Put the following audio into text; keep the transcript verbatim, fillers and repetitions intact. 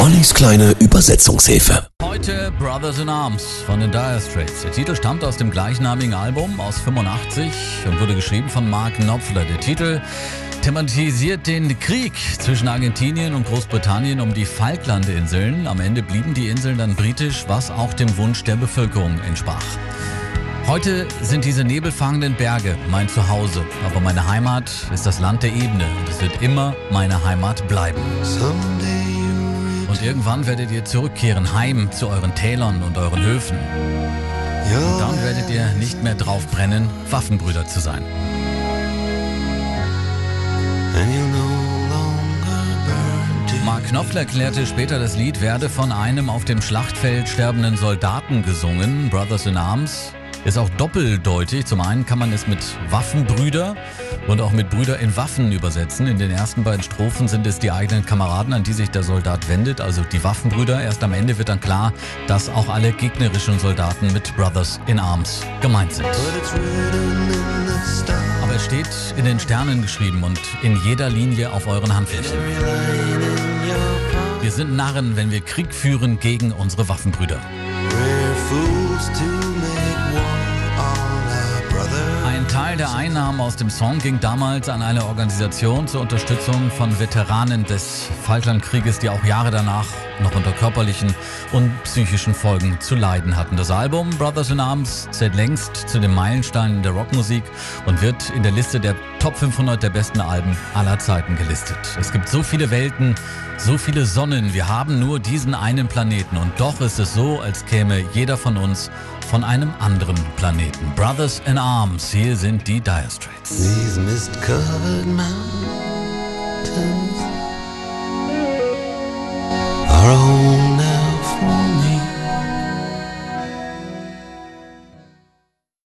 Ollis kleine Übersetzungshilfe. Heute Brothers in Arms von den Dire Straits. Der Titel stammt aus dem gleichnamigen Album aus fünfundachtzig und wurde geschrieben von Mark Knopfler. Der Titel thematisiert den Krieg zwischen Argentinien und Großbritannien um die Falklandinseln. Am Ende blieben die Inseln dann britisch, was auch dem Wunsch der Bevölkerung entsprach. Heute sind diese nebelfangenden Berge mein Zuhause, aber meine Heimat ist das Land der Ebene und es wird immer meine Heimat bleiben. Und irgendwann werdet ihr zurückkehren, heim zu euren Tälern und euren Höfen. Und dann werdet ihr nicht mehr drauf brennen, Waffenbrüder zu sein. Mark Knopfler erklärte später, das Lied werde von einem auf dem Schlachtfeld sterbenden Soldaten gesungen. Brothers in Arms ist auch doppeldeutig. Zum einen kann man es mit Waffenbrüder und auch mit Brüder in Waffen übersetzen. In den ersten beiden Strophen sind es die eigenen Kameraden, an die sich der Soldat wendet, also die Waffenbrüder. Erst am Ende wird dann klar, dass auch alle gegnerischen Soldaten mit Brothers in Arms gemeint sind. Aber es steht in den Sternen geschrieben und in jeder Linie auf euren Handflächen. Wir sind Narren, wenn wir Krieg führen gegen unsere Waffenbrüder. Ein Teil der Einnahmen aus dem Song ging damals an eine Organisation zur Unterstützung von Veteranen des Falklandkrieges, die auch Jahre danach noch unter körperlichen und psychischen Folgen zu leiden hatten. Das Album Brothers in Arms zählt längst zu den Meilensteinen der Rockmusik und wird in der Liste der Top fünfhundert der besten Alben aller Zeiten gelistet. Es gibt so viele Welten, so viele Sonnen, wir haben nur diesen einen Planeten und doch ist es so, als käme jeder von uns von einem anderen Planeten. Brothers in Arms, hier sind die Dire Straits. These mist-covered mountains